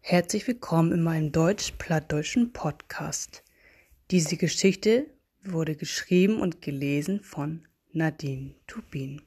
Herzlich willkommen in meinem deutsch-plattdeutschen Podcast. Diese Geschichte wurde geschrieben und gelesen von Nadine Tubin.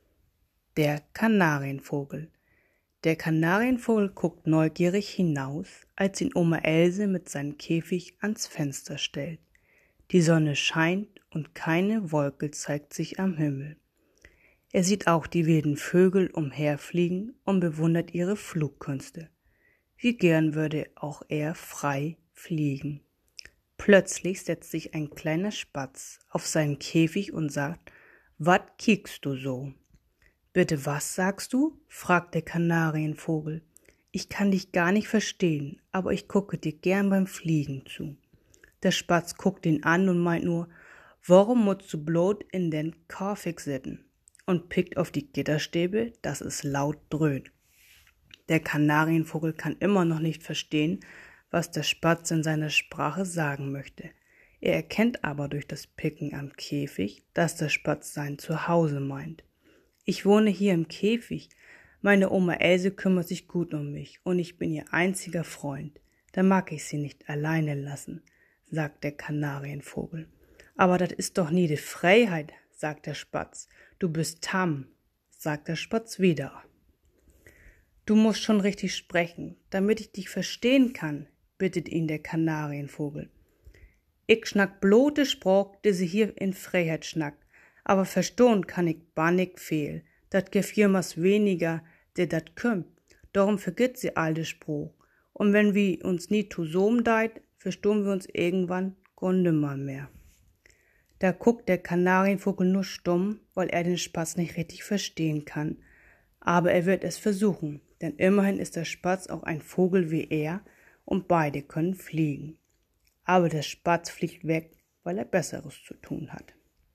Der Kanarienvogel. Der Kanarienvogel guckt neugierig hinaus, als ihn Oma Else mit seinem Käfig ans Fenster stellt. Die Sonne scheint und keine Wolke zeigt sich am Himmel. Er sieht auch die wilden Vögel umherfliegen und bewundert ihre Flugkünste. Wie gern würde auch er frei fliegen. Plötzlich setzt sich ein kleiner Spatz auf seinen Käfig und sagt: »Wat kiekst du so?« »Bitte, was sagst du?« fragt der Kanarienvogel. »Ich kann dich gar nicht verstehen, aber ich gucke dir gern beim Fliegen zu.« Der Spatz guckt ihn an und meint nur: »Warum musst du bloß in den Käfig sitzen?« und pickt auf die Gitterstäbe, dass es laut dröhnt. Der Kanarienvogel kann immer noch nicht verstehen, was der Spatz in seiner Sprache sagen möchte. Er erkennt aber durch das Picken am Käfig, dass der Spatz sein Zuhause meint. »Ich wohne hier im Käfig. Meine Oma Else kümmert sich gut um mich und ich bin ihr einziger Freund. Da mag ich sie nicht alleine lassen«, sagt der Kanarienvogel. »Aber das ist doch nie die Freiheit«, sagt der Spatz. »Du bist tamm«, sagt der Spatz wieder. »Du musst schon richtig sprechen, damit ich dich verstehen kann«, bittet ihn der Kanarienvogel. »Ich schnack blote Sprach, die sie hier in Freiheit schnackt, aber verstohn kann ich bannig fehl. Dat gif jemals weniger, der dat kümmt. Darum vergitt sie all de Spruch. Und wenn wir uns nie zusammen deit, verstohn wir uns irgendwann gar nimmer mehr.« Da guckt der Kanarienvogel nur stumm, weil er den Spatz nicht richtig verstehen kann. Aber er wird es versuchen, denn immerhin ist der Spatz auch ein Vogel wie er und beide können fliegen. Aber der Spatz fliegt weg, weil er Besseres zu tun hat.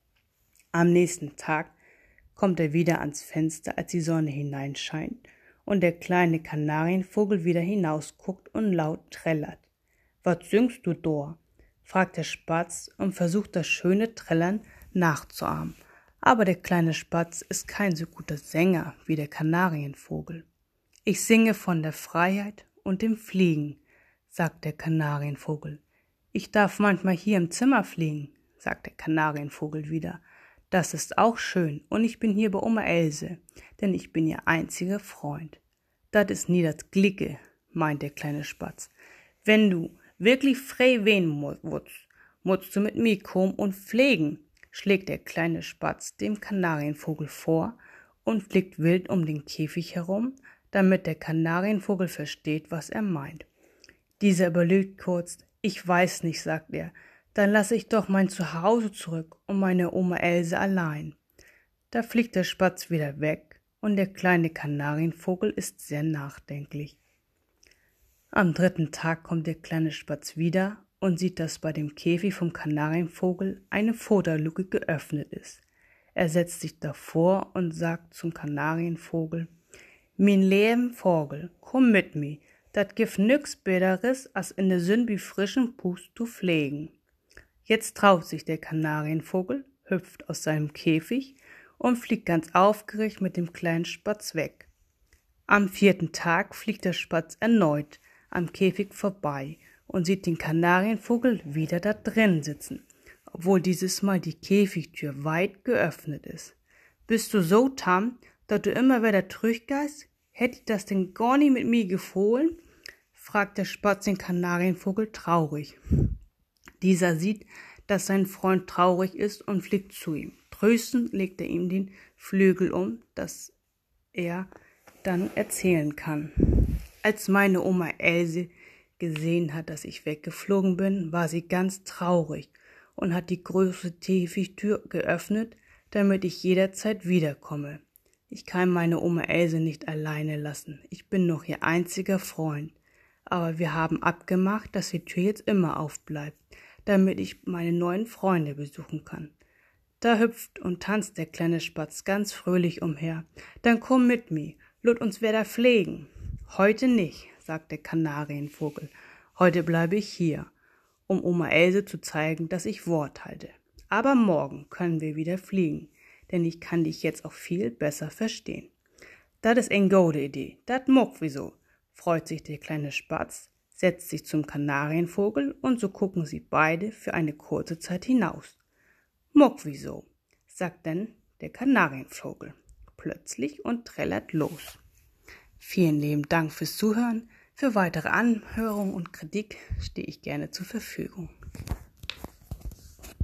Am nächsten Tag kommt er wieder ans Fenster, als die Sonne hineinscheint und der kleine Kanarienvogel wieder hinausguckt und laut trällert. »Was singst du dor?« fragt der Spatz und versucht das schöne Trällern nachzuahmen. Aber der kleine Spatz ist kein so guter Sänger wie der Kanarienvogel. »Ich singe von der Freiheit und dem Fliegen«, sagt der Kanarienvogel. »Ich darf manchmal hier im Zimmer fliegen«, sagt der Kanarienvogel wieder. »Das ist auch schön und ich bin hier bei Oma Else, denn ich bin ihr einziger Freund.« »Das ist nie das Glicke«, meint der kleine Spatz. »Wenn du wirklich frei wehen musst du mit mir kommen und pflegen«, schlägt der kleine Spatz dem Kanarienvogel vor und fliegt wild um den Käfig herum, damit der Kanarienvogel versteht, was er meint. Dieser überlegt kurz. »Ich weiß nicht«, sagt er, »dann lasse ich doch mein Zuhause zurück und meine Oma Else allein.« Da fliegt der Spatz wieder weg und der kleine Kanarienvogel ist sehr nachdenklich. Am 3. Tag kommt der kleine Spatz wieder und sieht, dass bei dem Käfig vom Kanarienvogel eine Futterluke geöffnet ist. Er setzt sich davor und sagt zum Kanarienvogel: »Min lieben Vogel, komm mit mi, dat gif nix Besseres, als in der Sünn frischen Pust zu pflegen.« Jetzt traut sich der Kanarienvogel, hüpft aus seinem Käfig und fliegt ganz aufgeregt mit dem kleinen Spatz weg. Am 4. Tag fliegt der Spatz erneut am Käfig vorbei und sieht den Kanarienvogel wieder da drin sitzen, obwohl dieses Mal die Käfigtür weit geöffnet ist. »Bist du so tamm, dass du immer wieder zurückgehst? Hätt ich das denn gar nie mit mir gefohlen?« fragt der Spatz den Kanarienvogel traurig. Dieser sieht, dass sein Freund traurig ist und fliegt zu ihm. Tröstend legt er ihm den Flügel um, dass er dann erzählen kann. »Als meine Oma Else gesehen hat, dass ich weggeflogen bin, war sie ganz traurig und hat die große Käfigtür geöffnet, damit ich jederzeit wiederkomme. Ich kann meine Oma Else nicht alleine lassen. Ich bin noch ihr einziger Freund. Aber wir haben abgemacht, dass die Tür jetzt immer aufbleibt, damit ich meine neuen Freunde besuchen kann.« Da hüpft und tanzt der kleine Spatz ganz fröhlich umher. »Dann komm mit mir, lut uns wieder pflegen.« »Heute nicht«, sagt der Kanarienvogel. »Heute bleibe ich hier, um Oma Else zu zeigen, dass ich Wort halte. Aber morgen können wir wieder fliegen, denn ich kann dich jetzt auch viel besser verstehen.« »Das ist eine gute Idee, das mock wieso«, freut sich der kleine Spatz, setzt sich zum Kanarienvogel und so gucken sie beide für eine kurze Zeit hinaus. Muck wieso, sagt dann der Kanarienvogel plötzlich und trällert los. Vielen lieben Dank fürs Zuhören. Für weitere Anhörungen und Kritik stehe ich gerne zur Verfügung.